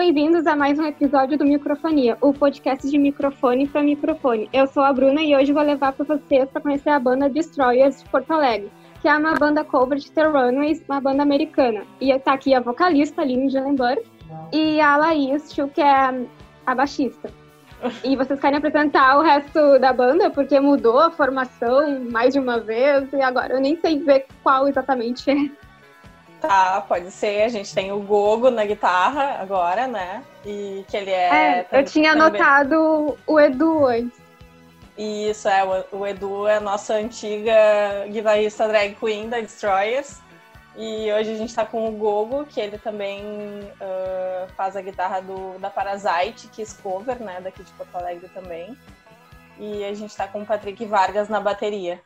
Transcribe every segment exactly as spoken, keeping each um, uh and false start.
bem-vindos a mais um episódio do Microfonia, o podcast de microfone para microfone. Eu sou a Bruna e hoje vou levar para vocês para conhecer a banda Destroyers de Porto Alegre, que é uma banda cover de The Runaways, uma banda americana. E está aqui a vocalista, Aline Gellenberg, e a Laís, que é a baixista. E vocês querem apresentar o resto da banda, porque mudou a formação mais de uma vez, e agora eu nem sei dizer qual exatamente é. Tá, pode ser. A gente tem o Gogo na guitarra agora, né? E que ele é... É, eu tinha também anotado o Edu antes. Isso, é. O Edu é a nossa antiga guitarrista drag queen da Destroyers. E hoje a gente tá com o Gogo, que ele também uh, faz a guitarra do, da Parasite, Kiss Cover, né? Daqui de Porto Alegre também. E a gente tá com o Patrick Vargas na bateria.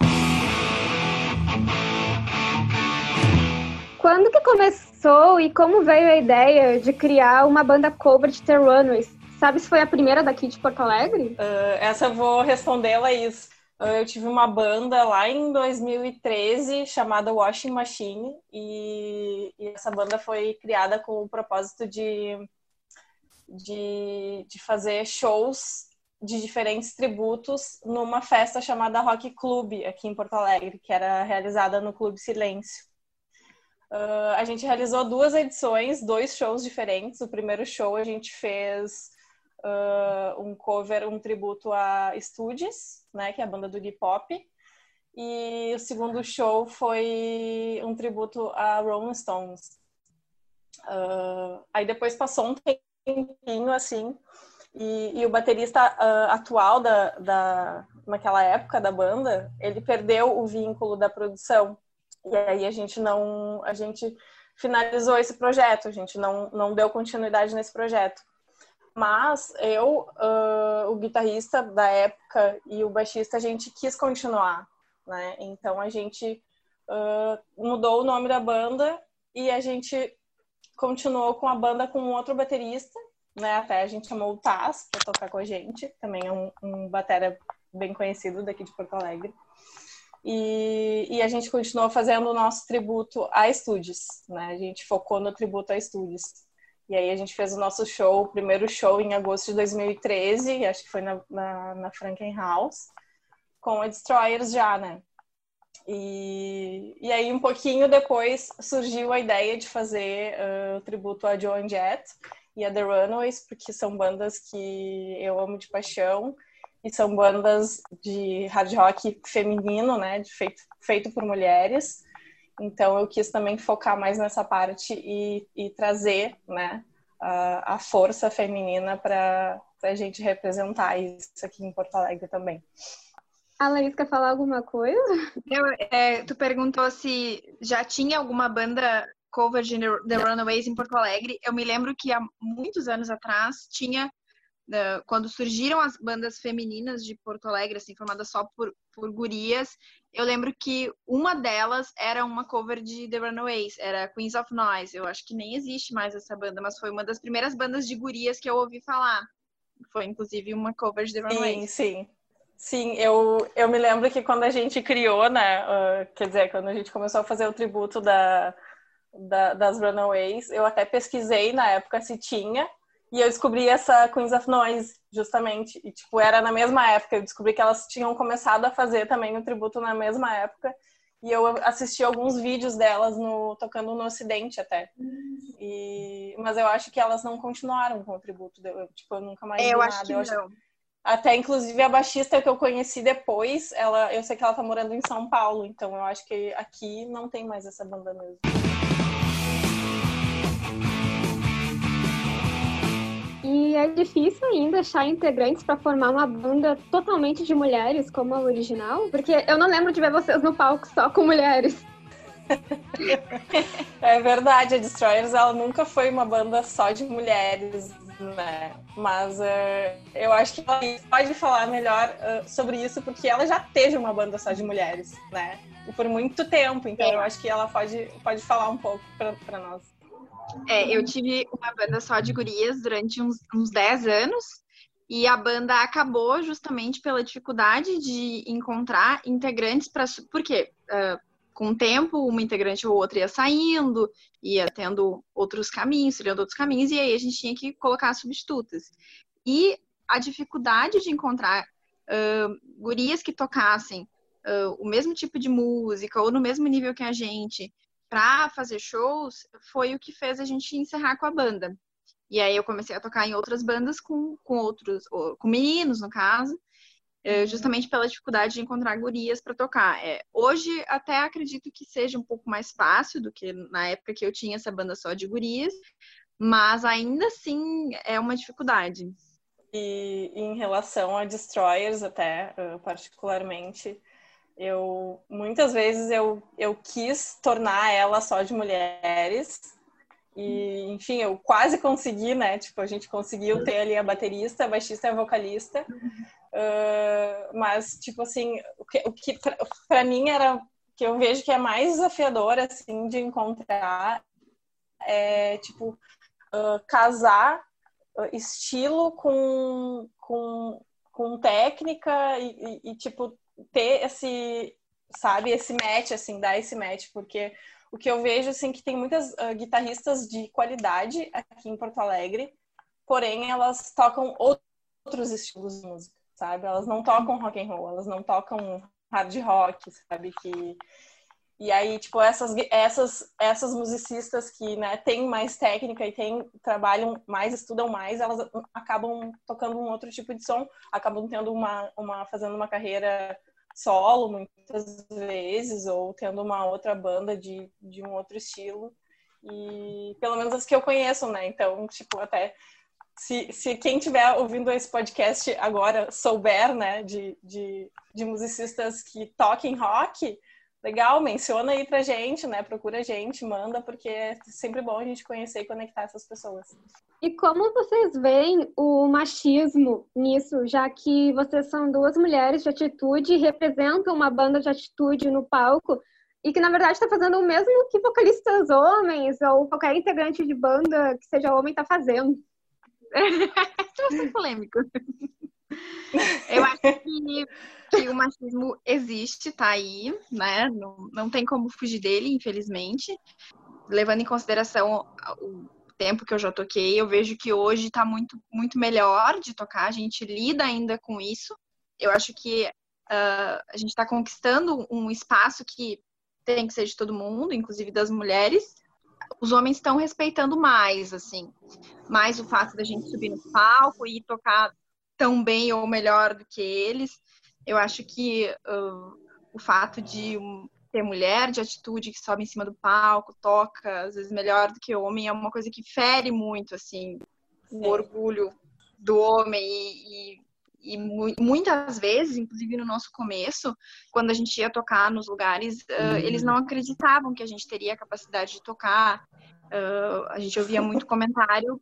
Quando que começou e como veio a ideia de criar uma banda cover de The Runaways? Sabe se foi a primeira daqui de Porto Alegre? Uh, essa eu vou responder, Laís. Uh, eu tive uma banda lá em dois mil e treze chamada Washing Machine e, e essa banda foi criada com o propósito de, de, de fazer shows de diferentes tributos numa festa chamada Rock Club aqui em Porto Alegre, que era realizada no Clube Silêncio. Uh, a gente realizou duas edições, dois shows diferentes. O primeiro show a gente fez uh, um cover, um tributo a Stooges, né, que é a banda do hip hop. E o segundo show foi um tributo a Rolling Stones. Uh, aí depois passou um tempinho, assim, e, e o baterista uh, atual da, da, naquela época da banda, ele perdeu o vínculo da produção. E aí a gente não, a gente finalizou esse projeto, a gente não, não deu continuidade nesse projeto. Mas eu, uh, o guitarrista da época e o baixista, a gente quis continuar, né? Então a gente uh, mudou o nome da banda e a gente continuou com a banda com um outro baterista, né? Até a gente chamou o Taz para tocar com a gente, também é um, um batera bem conhecido daqui de Porto Alegre. E, e a gente continuou fazendo o nosso tributo a Stooges, né? A gente focou no tributo a Stooges. E aí a gente fez o nosso show, o primeiro show em agosto de dois mil e treze, acho que foi na, na, na Frankenhaus, com a Destroyers já, né? E, e aí um pouquinho depois surgiu a ideia de fazer uh, o tributo a Joan Jett e a The Runaways, porque são bandas que eu amo de paixão. E são bandas de hard rock feminino, né, de feito, feito por mulheres. Então eu quis também focar mais nessa parte e, e trazer, né, a, a força feminina para a gente representar isso aqui em Porto Alegre também. A Laís quer falar alguma coisa? Eu, é, tu perguntou se já tinha alguma banda cover de The Runaways em Porto Alegre. Eu me lembro que há muitos anos atrás tinha... quando surgiram as bandas femininas de Porto Alegre, assim, formadas só por, por gurias, eu lembro que uma delas era uma cover de The Runaways, era Queens of Noise. Eu acho que nem existe mais essa banda, mas foi uma das primeiras bandas de gurias que eu ouvi falar. Foi, inclusive, uma cover de The Runaways. Sim, sim. Sim, eu, eu me lembro que quando a gente criou, né, uh, quer dizer, quando a gente começou a fazer o tributo da, da, das Runaways, eu até pesquisei na época se tinha. E eu descobri essa Queens of Noise, justamente. E, tipo, era na mesma época. Eu descobri que elas tinham começado a fazer também o tributo na mesma época. E eu assisti alguns vídeos delas no, tocando no Ocidente até. E, mas eu acho que elas não continuaram com o tributo. Eu, tipo, eu nunca mais é, vi eu nada. Acho que eu não. acho... Até, inclusive, a baixista que eu conheci depois, ela, eu sei que ela tá morando em São Paulo. Então, eu acho que aqui não tem mais essa banda mesmo. E é difícil ainda achar integrantes para formar uma banda totalmente de mulheres, como a original? Porque eu não lembro de ver vocês no palco só com mulheres. É verdade, a Destroyers ela nunca foi uma banda só de mulheres, né? Mas uh, eu acho que ela pode falar melhor uh, sobre isso, porque ela já teve uma banda só de mulheres, né? E por muito tempo, então é. Eu acho que ela pode, pode falar um pouco para nós. É, eu tive uma banda só de gurias durante uns, uns dez anos e a banda acabou justamente pela dificuldade de encontrar integrantes para... Por quê? Uh, com o tempo, uma integrante ou outra ia saindo, ia tendo outros caminhos, trilhando outros caminhos, e aí a gente tinha que colocar substitutas. E a dificuldade de encontrar uh, gurias que tocassem uh, o mesmo tipo de música ou no mesmo nível que a gente para fazer shows foi o que fez a gente encerrar com a banda. E aí eu comecei a tocar em outras bandas com, com outros, com meninos, no caso, justamente pela dificuldade de encontrar gurias para tocar. É, hoje até acredito que seja um pouco mais fácil do que na época que eu tinha essa banda só de gurias, mas ainda assim é uma dificuldade. E em relação a Destroyers até, particularmente, eu muitas vezes eu, eu quis tornar ela só de mulheres e, enfim, eu quase consegui, né? Tipo, a gente conseguiu ter ali a baterista, a baixista e a vocalista. Uh, mas, tipo assim, o que, o que pra, pra mim era, que eu vejo que é mais desafiador, assim, de encontrar é, tipo, uh, casar uh, estilo com, com, com técnica e, e, e, tipo, ter esse, sabe, esse match, assim, dar esse match, porque o que eu vejo, assim, que tem muitas uh, guitarristas de qualidade aqui em Porto Alegre, porém elas tocam outros estilos de música, sabe? Elas não tocam rock and roll, elas não tocam hard rock, sabe? Que... E aí, tipo, essas, essas, essas musicistas que, né, têm mais técnica e têm, trabalham mais, estudam mais, elas acabam tocando um outro tipo de som, acabam tendo uma, uma, fazendo uma carreira solo, muitas vezes, ou tendo uma outra banda de, de um outro estilo. E pelo menos as que eu conheço, né? Então, tipo, até... Se, se quem estiver ouvindo esse podcast agora souber, né, de, de, de musicistas que toquem rock, legal, menciona aí pra gente, né, procura a gente, manda, porque é sempre bom a gente conhecer e conectar essas pessoas. E como vocês veem o machismo nisso, já que vocês são duas mulheres de atitude e representam uma banda de atitude no palco, e que, na verdade, está fazendo o mesmo que vocalistas homens ou qualquer integrante de banda que seja homem está fazendo? Isso é polêmico. Eu acho que, que o machismo existe, tá aí, né? Não, não tem como fugir dele, infelizmente. Levando em consideração o tempo que eu já toquei, eu vejo que hoje tá muito, muito melhor de tocar. A gente lida ainda com isso. Eu acho que uh, a gente está conquistando um espaço que tem que ser de todo mundo, inclusive das mulheres. Os homens estão respeitando mais, assim, mais o fato da gente subir no palco e tocar tão bem ou melhor do que eles. Eu acho que uh, o fato de um, ter mulher de atitude que sobe em cima do palco, toca, às vezes melhor do que homem, é uma coisa que fere muito, assim, Sim. o orgulho do homem e, e E muitas vezes, inclusive no nosso começo, quando a gente ia tocar nos lugares, uh, eles não acreditavam que a gente teria a capacidade de tocar. Uh, a gente ouvia muito comentário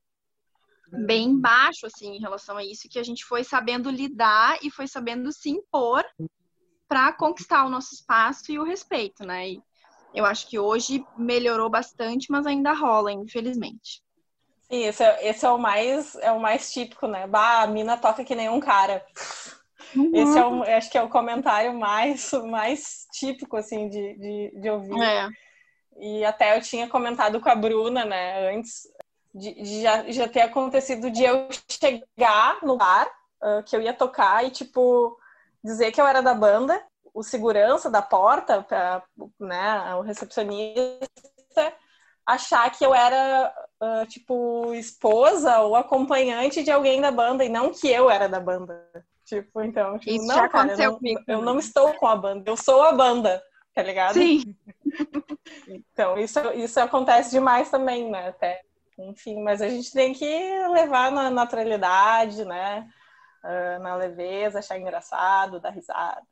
bem baixo, assim, em relação a isso, que a gente foi sabendo lidar e foi sabendo se impor para conquistar o nosso espaço e o respeito, né? E eu acho que hoje melhorou bastante, mas ainda rola, infelizmente. Sim, esse é, esse é o mais é o mais típico, né? Bah, a mina toca que nem um cara. Uhum. Esse é o, acho que é o comentário mais, mais típico, assim, de, de, de ouvir. É. E até eu tinha comentado com a Bruna, né, antes de, de já, já ter acontecido de eu chegar no bar uh, que eu ia tocar e, tipo, dizer que eu era da banda, o segurança da porta, pra, né, o recepcionista, achar que eu era, uh, tipo, esposa ou acompanhante de alguém da banda e não que eu era da banda. Tipo, então, tipo, Isso não, já cara, aconteceu eu não, comigo. eu não estou com a banda, eu sou a banda, tá ligado? Sim. Então, isso, isso acontece demais também, né? Até, enfim, mas a gente tem que levar na naturalidade, né? Uh, na leveza, achar engraçado, dar risada.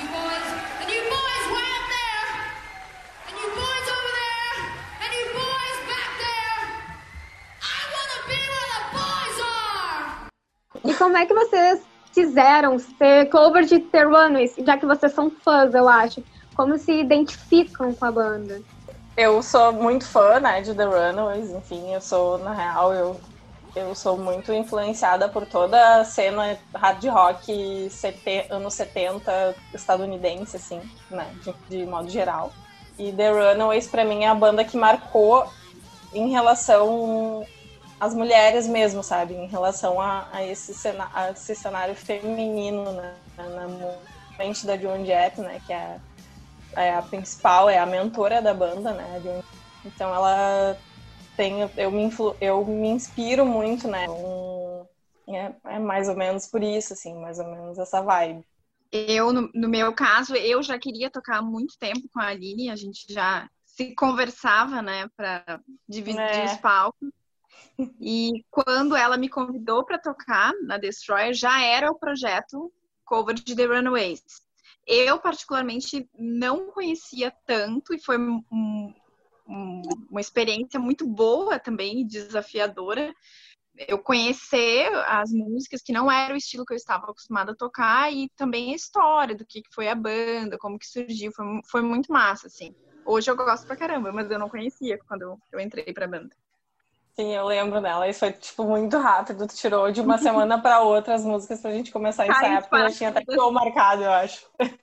E como é que vocês quiseram ser cover de The Runaways, já que vocês são fãs, eu acho? Como se identificam com a banda? Eu sou muito fã, né, de The Runaways, enfim, eu sou, na real, eu, eu sou muito influenciada por toda a cena hard rock anos setenta estadunidense, assim, né, de, de modo geral. E The Runaways, pra mim, é a banda que marcou em relação às mulheres mesmo, sabe? Em relação a, a, esse, cena, a esse cenário feminino, né? Na mente da Joan Jett, né? Que é, é a principal, é a mentora da banda, né? Então ela tem... Eu me, influ, eu me inspiro muito, né? Um, é, é mais ou menos por isso, assim, mais ou menos essa vibe. Eu, no, no meu caso, eu já queria tocar há muito tempo com a Aline, a gente já se conversava, né, para dividir é. os palcos. E quando ela me convidou para tocar na Destroyer, já era o projeto cover de The Runaways. Eu, particularmente, não conhecia tanto e foi um, um, uma experiência muito boa também, desafiadora. Eu conhecer as músicas que não era o estilo que eu estava acostumada a tocar e também a história do que foi a banda, como que surgiu, foi, foi muito massa, assim. Hoje eu gosto pra caramba, mas eu não conhecia quando eu, eu entrei pra banda. Sim, eu lembro dela, isso foi, tipo, muito rápido, tu tirou de uma semana pra outra as músicas pra gente começar a ensaiar, porque já tinha até show marcado, eu acho.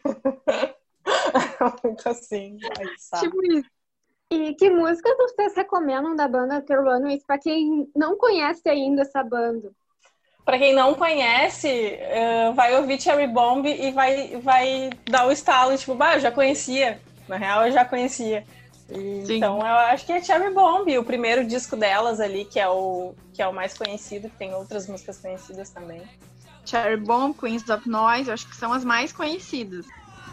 Muito assim, ai, tipo isso. E que músicas vocês recomendam da banda The Runaways para quem não conhece ainda essa banda? Para quem não conhece, uh, vai ouvir Cherry Bomb e vai, vai dar o estalo, tipo, bah, eu já conhecia. Na real, eu já conhecia. E, então, eu acho que é Cherry Bomb, o primeiro disco delas ali, que é o, que é o mais conhecido, que tem outras músicas conhecidas também. Cherry Bomb, Queens of Noise, eu acho que são as mais conhecidas.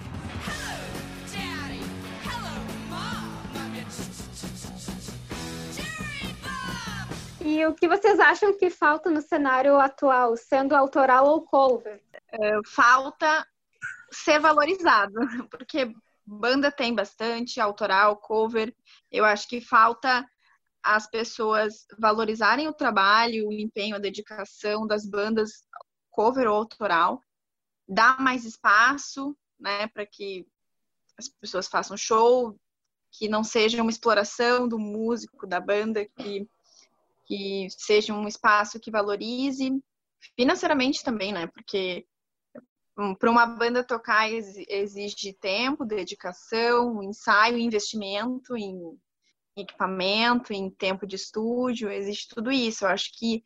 E o que vocês acham que falta no cenário atual, sendo autoral ou cover? É, falta ser valorizado, porque banda tem bastante, autoral, cover. Eu acho que falta as pessoas valorizarem o trabalho, o empenho, a dedicação das bandas cover ou autoral, dar mais espaço, né, para que as pessoas façam show, que não seja uma exploração do músico, da banda, que que seja um espaço que valorize financeiramente também, né? Porque um, para uma banda tocar exige tempo, dedicação, ensaio, investimento em equipamento, em tempo de estúdio, existe tudo isso. Eu acho que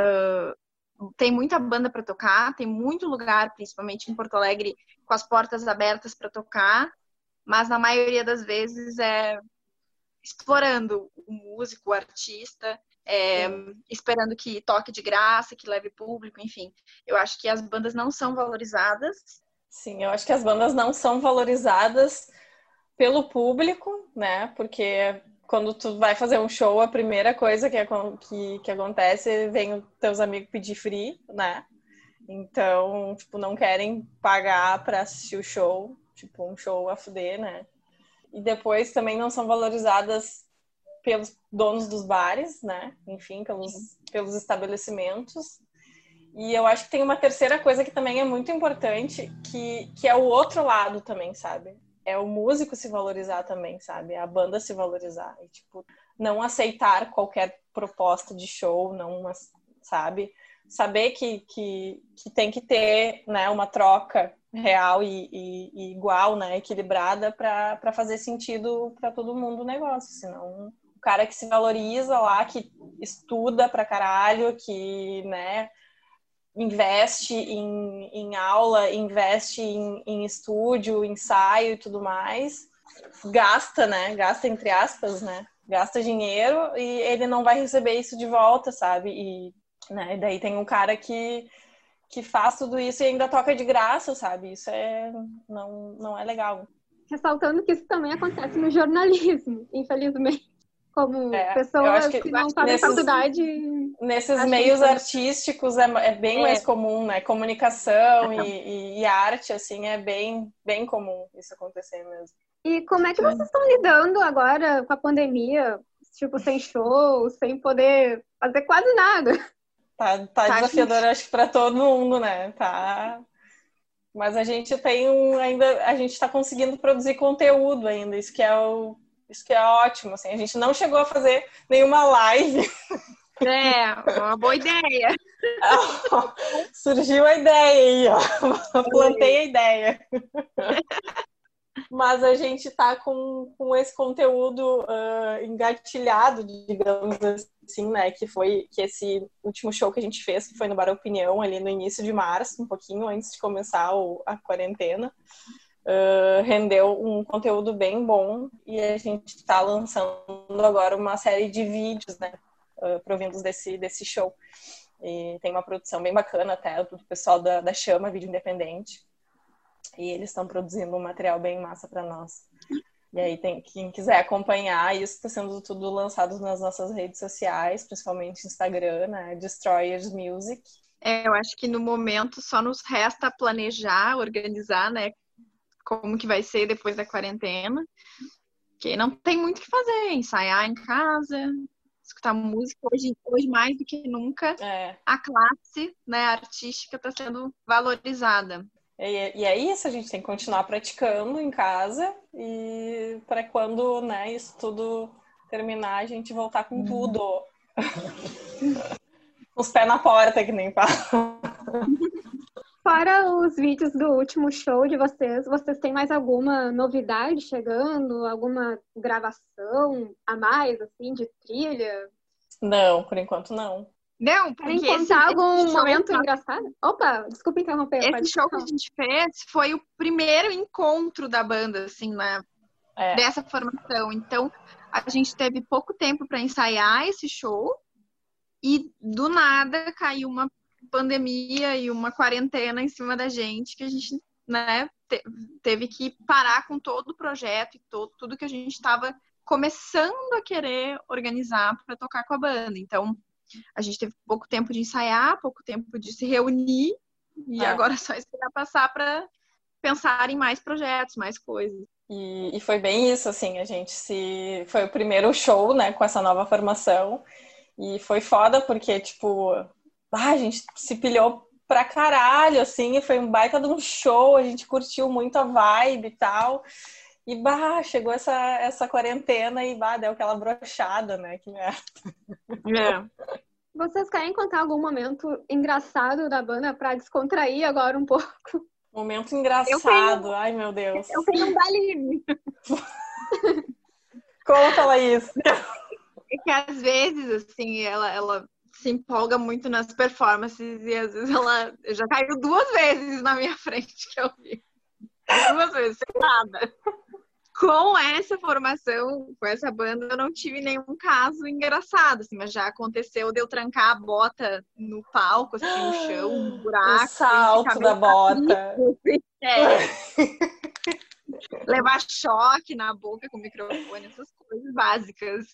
uh, tem muita banda para tocar, tem muito lugar, principalmente em Porto Alegre, com as portas abertas para tocar, mas na maioria das vezes é explorando o músico, o artista, É, esperando que toque de graça, que leve público, enfim. Eu acho que as bandas não são valorizadas. Sim, eu acho que as bandas não são valorizadas pelo público, né? Porque quando tu vai fazer um show, a primeira coisa que, que, que acontece, vem os teus amigos pedir free, né? Então, tipo, não querem pagar para assistir o show, tipo, um show a fuder, né? E depois também não são valorizadas pelos donos dos bares, né? Enfim, pelos, pelos estabelecimentos. E eu acho que tem uma terceira coisa que também é muito importante, que, que é o outro lado também, sabe? É o músico se valorizar também, sabe? A banda se valorizar. E, tipo, não aceitar qualquer proposta de show, não, sabe? Saber que, que, que tem que ter, né, uma troca real e, e, e igual, né? Equilibrada para fazer sentido para todo mundo o negócio, senão... O cara que se valoriza lá, que estuda pra caralho, que, né, investe em, em aula, investe em, em estúdio, ensaio e tudo mais, gasta, né, gasta entre aspas, né, gasta dinheiro e ele não vai receber isso de volta, sabe? E, né, daí tem um cara que, que faz tudo isso e ainda toca de graça, sabe? Isso é, não, não é legal. Ressaltando que isso também acontece no jornalismo, infelizmente. Como é, pessoas que, que não fazem faculdade. Nesses meios que... artísticos é, é bem é. mais comum, né? Comunicação é. e, e arte, assim, é bem, bem comum isso acontecer mesmo. E como é que vocês estão lidando agora com a pandemia? Tipo, sem show, sem poder fazer quase nada. Tá, tá, tá desafiador, gente... acho que pra todo mundo, né? Tá... Mas a gente tem um, ainda, a gente tá conseguindo produzir conteúdo ainda, isso que é o Isso que é ótimo, assim. A gente não chegou a fazer nenhuma live. É, uma boa ideia. Surgiu a ideia aí, ó. Plantei a ideia. mas a gente tá com, com esse conteúdo uh, engatilhado, digamos assim, né? Que foi que esse último show que a gente fez, que foi no Bar Opinião, ali no início de março, um pouquinho antes de começar o, a quarentena, uh, rendeu um conteúdo bem bom e a gente está lançando agora uma série de vídeos, né? Uh, provindos desse, desse show. E tem uma produção bem bacana até do pessoal da, da Chama, Vídeo Independente. E eles estão produzindo um material bem massa para nós. E aí, tem, quem quiser acompanhar, isso está sendo tudo lançado nas nossas redes sociais, principalmente Instagram, né? Destroyers Music. É, eu acho que no momento só nos resta planejar, organizar, né? Como que vai ser depois da quarentena. Porque não tem muito o que fazer, ensaiar em casa, escutar música. Hoje, hoje mais do que nunca, é. a classe, né, artística está sendo valorizada. E, e é isso, a gente tem que continuar praticando em casa e para quando, né, isso tudo terminar, a gente voltar com tudo. Os pés na porta, que nem fala. Fora os vídeos do último show de vocês, vocês têm mais alguma novidade chegando? Alguma gravação a mais, assim, de trilha? Não, por enquanto não. Não, Querem porque esse, contar algum esse momento show, engraçado? Opa, desculpa interromper. esse show que a gente fez foi o primeiro encontro da banda, assim, né? É. Dessa formação. Então, a gente teve pouco tempo para ensaiar esse show e, do nada, caiu uma pandemia e uma quarentena em cima da gente que a gente, né, te- teve que parar com todo o projeto e todo, tudo que a gente estava começando a querer organizar para tocar com a banda. Então, a gente teve pouco tempo de ensaiar, pouco tempo de se reunir e É. agora é só esperar passar para pensar em mais projetos, mais coisas. E, e foi bem isso, assim, a gente se... Foi o primeiro show, né, com essa nova formação. E foi foda porque, tipo, ah, a gente se pilhou pra caralho, assim, e foi um baita de um show, a gente curtiu muito a vibe e tal. E, bah, chegou essa, essa quarentena e, bah, deu aquela brochada, né, que merda. É. Vocês querem contar algum momento engraçado da banda pra descontrair agora um pouco? Momento engraçado, ai, meu Deus. Eu tenho um baile. Conta, Laís. É que às vezes, assim, ela, ela se empolga muito nas performances e às vezes ela já caiu duas vezes na minha frente que eu vi. Duas vezes, sem nada. Com essa formação, com essa banda, eu não tive nenhum caso engraçado, assim, mas já aconteceu de eu trancar a bota no palco, assim, no chão, no buraco. O salto da bota. É. Levar choque na boca com o microfone, essas coisas básicas.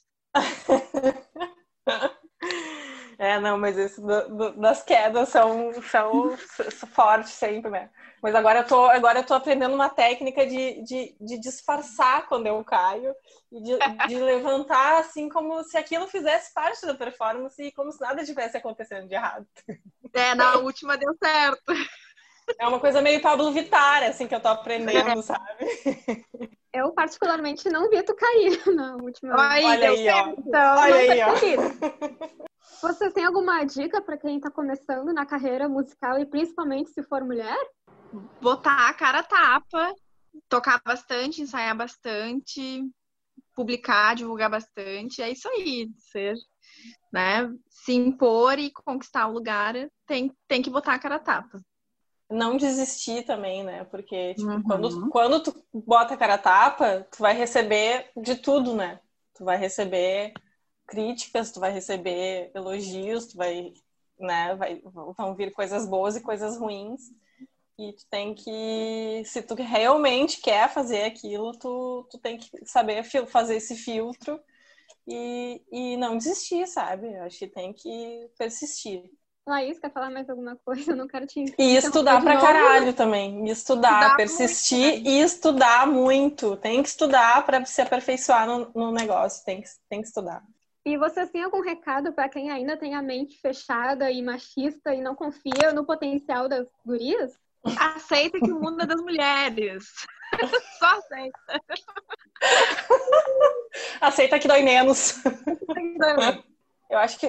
É, não, mas isso do, do, das quedas são, são fortes sempre, né? Mas agora eu tô, agora eu tô aprendendo uma técnica de, de, de disfarçar quando eu caio e de, de levantar assim como se aquilo fizesse parte da performance e como se nada tivesse acontecendo de errado. É, na última deu certo. É uma coisa meio Pablo Vittar, assim, que eu tô aprendendo, sabe? Eu, particularmente, não vi tu cair na última vez. Olha Olha deu aí, certo. ó. Então, Olha não aí, ó. percebi. Vocês têm alguma dica para quem tá começando na carreira musical e principalmente se for mulher? Botar a cara a tapa, tocar bastante, ensaiar bastante, publicar, divulgar bastante. É isso aí. Ser, né? Se impor e conquistar o lugar, tem, tem que botar a cara a tapa. Não desistir também, né? Porque, tipo, Uhum. quando, quando tu bota a cara a tapa, tu vai receber de tudo, né? Tu vai receber críticas, tu vai receber elogios, tu vai, né? Vai, vão vir coisas boas e coisas ruins. E tu tem que... Se tu realmente quer fazer aquilo, tu, tu tem que saber fazer esse filtro e, e não desistir, sabe? Eu acho que tem que persistir. Laís, quer falar mais alguma coisa? Eu não quero te E estudar pra novo. caralho também. E estudar, Estudar persistir muito, né? e estudar muito. Tem que estudar pra se aperfeiçoar no, no negócio. Tem que, tem que estudar. E vocês têm algum recado para quem ainda tem a mente fechada e machista e não confia no potencial das gurias? Aceita que o mundo é das mulheres. Só aceita. Aceita que dói menos. Eu acho que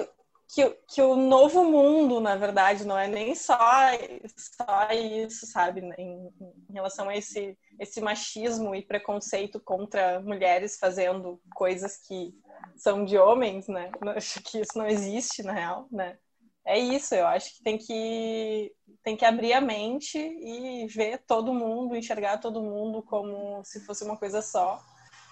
que, que o novo mundo, na verdade, não é nem só, só isso, sabe? Em, em relação a esse, esse machismo e preconceito contra mulheres fazendo coisas que são de homens, né? Eu acho que isso não existe, na real, né? É isso, eu acho que tem que, tem que abrir a mente e ver todo mundo, enxergar todo mundo como se fosse uma coisa só.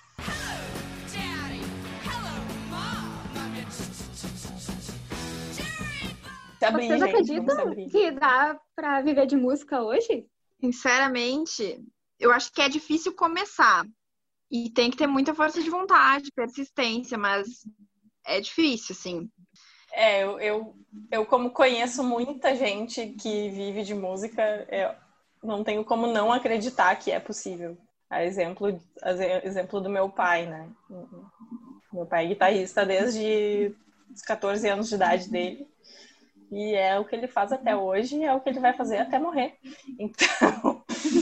Abrir, Vocês gente, acreditam que dá pra viver de música hoje? Sinceramente, eu acho que é difícil começar. E tem que ter muita força de vontade, persistência, mas é difícil, assim. É, eu, eu, eu como conheço muita gente que vive de música, eu não tenho como não acreditar que é possível. A exemplo, a exemplo do meu pai, né? Meu pai é guitarrista desde os catorze anos de idade dele. E é o que ele faz até hoje e é o que ele vai fazer até morrer. Então,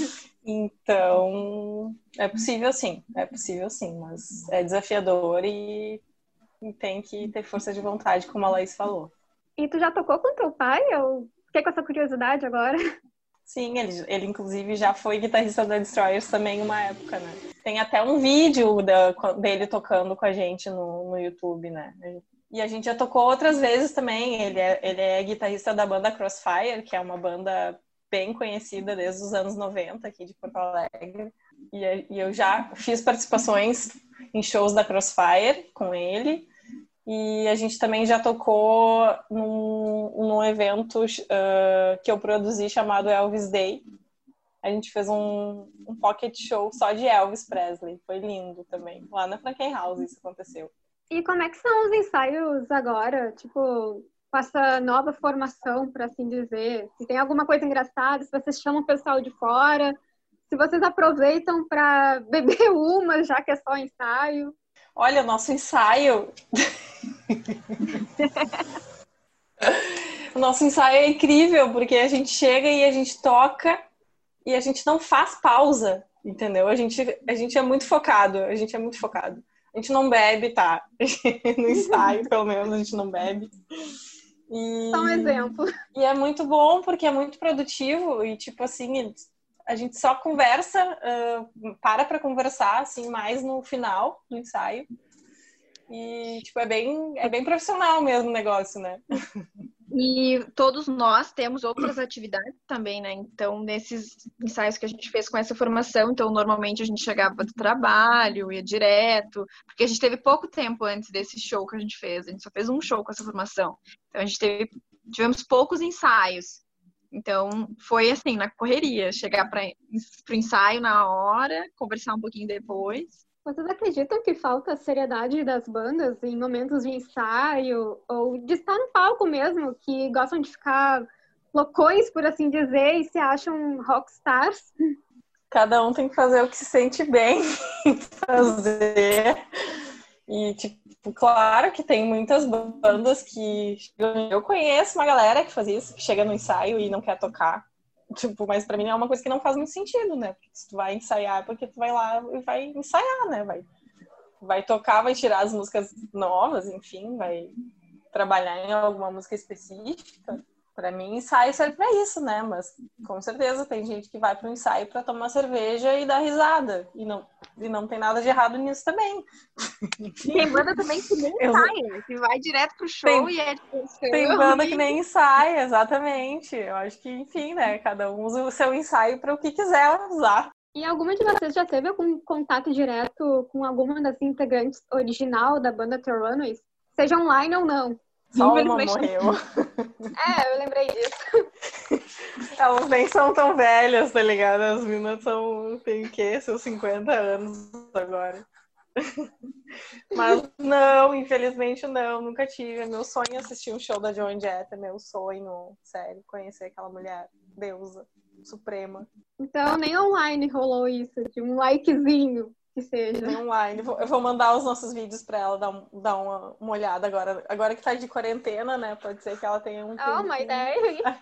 então é possível sim, é possível sim, mas é desafiador e, e tem que ter força de vontade, como a Laís falou. E tu já tocou com teu pai? Eu fiquei com essa curiosidade agora. Sim, ele, ele inclusive já foi guitarrista da Destroyers também uma época, né? Tem até um vídeo da, dele tocando com a gente no, no YouTube, né? E a gente já tocou outras vezes também. Ele é, ele é guitarrista da banda Crossfire, que é uma banda bem conhecida desde os anos noventa aqui de Porto Alegre. E, e eu já fiz participações em shows da Crossfire com ele. E a gente também já tocou num, num evento uh, que eu produzi chamado Elvis Day. A gente fez um, um pocket show só de Elvis Presley. Foi lindo também. Lá na Franken House isso aconteceu. E como é que são os ensaios agora? Tipo, com essa nova formação, por assim dizer? Se tem alguma coisa engraçada, se vocês chamam o pessoal de fora, se vocês aproveitam para beber uma, já que é só ensaio. Olha, o nosso ensaio... o nosso ensaio é incrível, porque a gente chega e a gente toca e a gente não faz pausa, entendeu? A gente, a gente é muito focado, a gente é muito focado. A gente não bebe, tá? No ensaio, pelo menos, a gente não bebe. E, Só um exemplo. E é muito bom, porque é muito produtivo. E, tipo assim, a gente só conversa, uh, para pra conversar, assim, mais no final do ensaio. E, tipo, é bem, é bem profissional mesmo o negócio, né? E todos nós temos outras atividades também, né? Então, nesses ensaios que a gente fez com essa formação, então, normalmente a gente chegava do trabalho, ia direto, porque a gente teve pouco tempo antes desse show que a gente fez. A gente só fez um show com essa formação. Então, a gente teve, tivemos poucos ensaios. Então, foi assim, na correria, chegar para o ensaio na hora, conversar um pouquinho depois. Vocês acreditam que falta a seriedade das bandas em momentos de ensaio ou de estar no palco mesmo, que gostam de ficar loucões, por assim dizer, e se acham rockstars? Cada um tem que fazer o que se sente bem fazer. E, tipo, claro que tem muitas bandas que... Eu conheço uma galera que faz isso, que chega no ensaio e não quer tocar. Tipo, mas pra mim é uma coisa que não faz muito sentido, né? Porque se tu vai ensaiar, porque tu vai lá e vai ensaiar, né? Vai, vai tocar, vai tirar as músicas novas, enfim, vai trabalhar em alguma música específica. Pra mim, ensaio serve pra isso, né? Mas, com certeza, tem gente que vai pro ensaio pra tomar cerveja e dar risada. E não, e não tem nada de errado nisso também. Tem banda também que nem ensaia, que vai direto pro show tem, e é tipo... Tem banda que nem ensaia, exatamente. Eu acho que, enfim, né? Cada um usa o seu ensaio para o que quiser usar. E alguma de vocês já teve algum contato direto com alguma das integrantes original da banda The Runaways? Seja online ou não? Só uma morreu. É, eu lembrei disso. Elas nem são tão velhas, tá ligado? As meninas são, tem o quê? Seus cinquenta anos agora. Mas não, infelizmente não, nunca tive. Meu sonho é assistir um show da Joan Jett, é meu sonho, sério, conhecer aquela mulher, deusa, suprema. Então nem online rolou isso, de um likezinho que seja. Nem online. Eu vou mandar os nossos vídeos pra ela dar, um, dar uma, uma olhada agora. Agora que tá de quarentena, né? Pode ser que ela tenha um... Ah, uma ideia.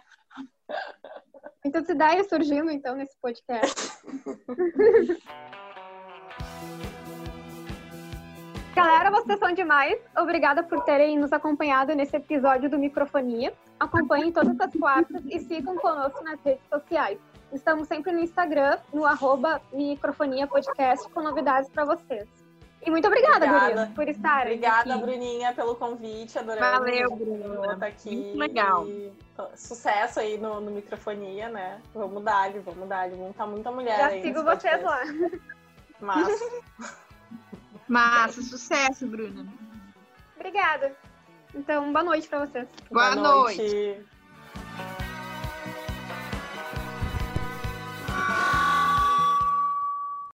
Muitas ideias surgindo, então, nesse podcast. Galera, vocês são demais. Obrigada por terem nos acompanhado nesse episódio do Microfonia. Acompanhem todas as quartas e sigam conosco nas redes sociais. Estamos sempre no Instagram, no arroba Microfonia Podcast, com novidades para vocês. E muito obrigada, Obrigada. Gurias, por estarem Obrigada, aqui. Bruninha, pelo convite. Adoramos. Valeu, Bruna. Tá aqui. Muito legal. E sucesso aí no, no Microfonia, né? Vamos dar, vamos dar. Vamos tá muita mulher Já aí. sigo nesse vocês podcast. lá. Massa. Massa, sucesso, Bruna. Obrigada. Então, boa noite para vocês. Boa, Boa noite. noite.